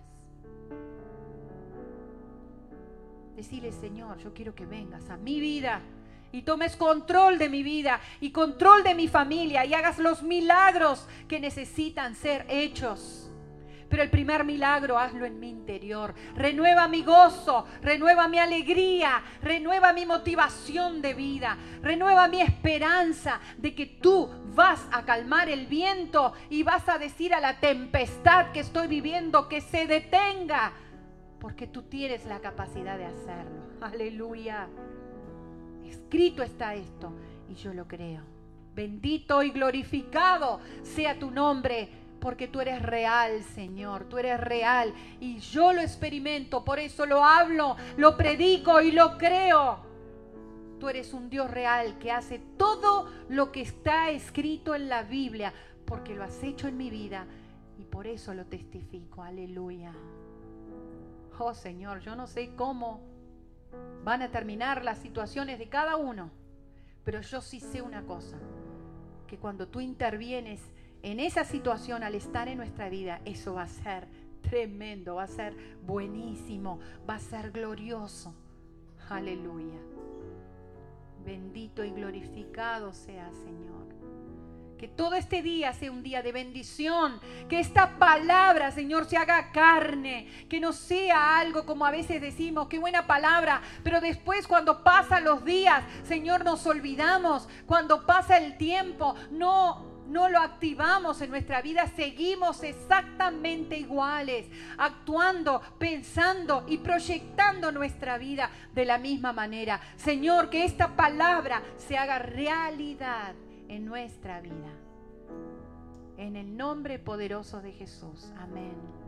Decile, Señor, yo quiero que vengas a mi vida y tomes control de mi vida y control de mi familia y hagas los milagros que necesitan ser hechos. Pero el primer milagro hazlo en mi interior. Renueva mi gozo, renueva mi alegría, renueva mi motivación de vida, renueva mi esperanza de que tú vas a calmar el viento y vas a decir a la tempestad que estoy viviendo que se detenga, porque tú tienes la capacidad de hacerlo. Aleluya. Escrito está esto y yo lo creo. Bendito y glorificado sea tu nombre. Porque tú eres real, Señor, tú eres real y yo lo experimento, por eso lo hablo, lo predico y lo creo. Tú eres un Dios real que hace todo lo que está escrito en la Biblia porque lo has hecho en mi vida y por eso lo testifico. Aleluya. Oh Señor, yo no sé cómo van a terminar las situaciones de cada uno, pero yo sí sé una cosa, que cuando tú intervienes en esa situación al estar en nuestra vida, eso va a ser tremendo, va a ser buenísimo, va a ser glorioso. Aleluya. Bendito y glorificado sea, Señor. Que todo este día sea un día de bendición. Que esta palabra, Señor, se haga carne. Que no sea algo como a veces decimos, qué buena palabra. Pero después cuando pasan los días, Señor, nos olvidamos. Cuando pasa el tiempo, no lo activamos en nuestra vida. Seguimos exactamente iguales. Actuando, pensando y proyectando nuestra vida de la misma manera. Señor, que esta palabra se haga realidad en nuestra vida. En el nombre poderoso de Jesús. Amén.